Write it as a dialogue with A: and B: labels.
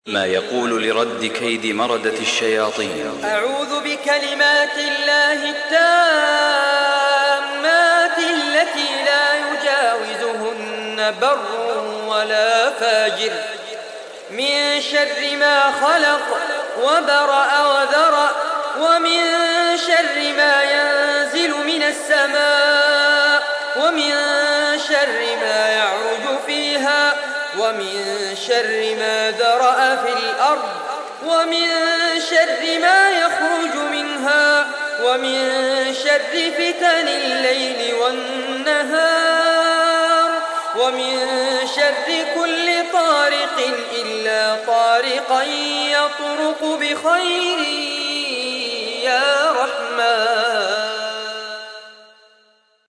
A: ما يقول لرد كيد مردة الشياطين.
B: أعوذ بكلمات الله التامات التي لا يجاوزهن بر ولا فاجر من شر ما خلق وبرأ وذرأ ومن شر ما ينزل من السماء ومن شر ما يعرج فيها ومن شر ما ذرأ في الأرض ومن شر ما يخرج منها ومن شر فتن الليل والنهار ومن شر كل طارق إلا طارقا يطرق بخير يا رحمن.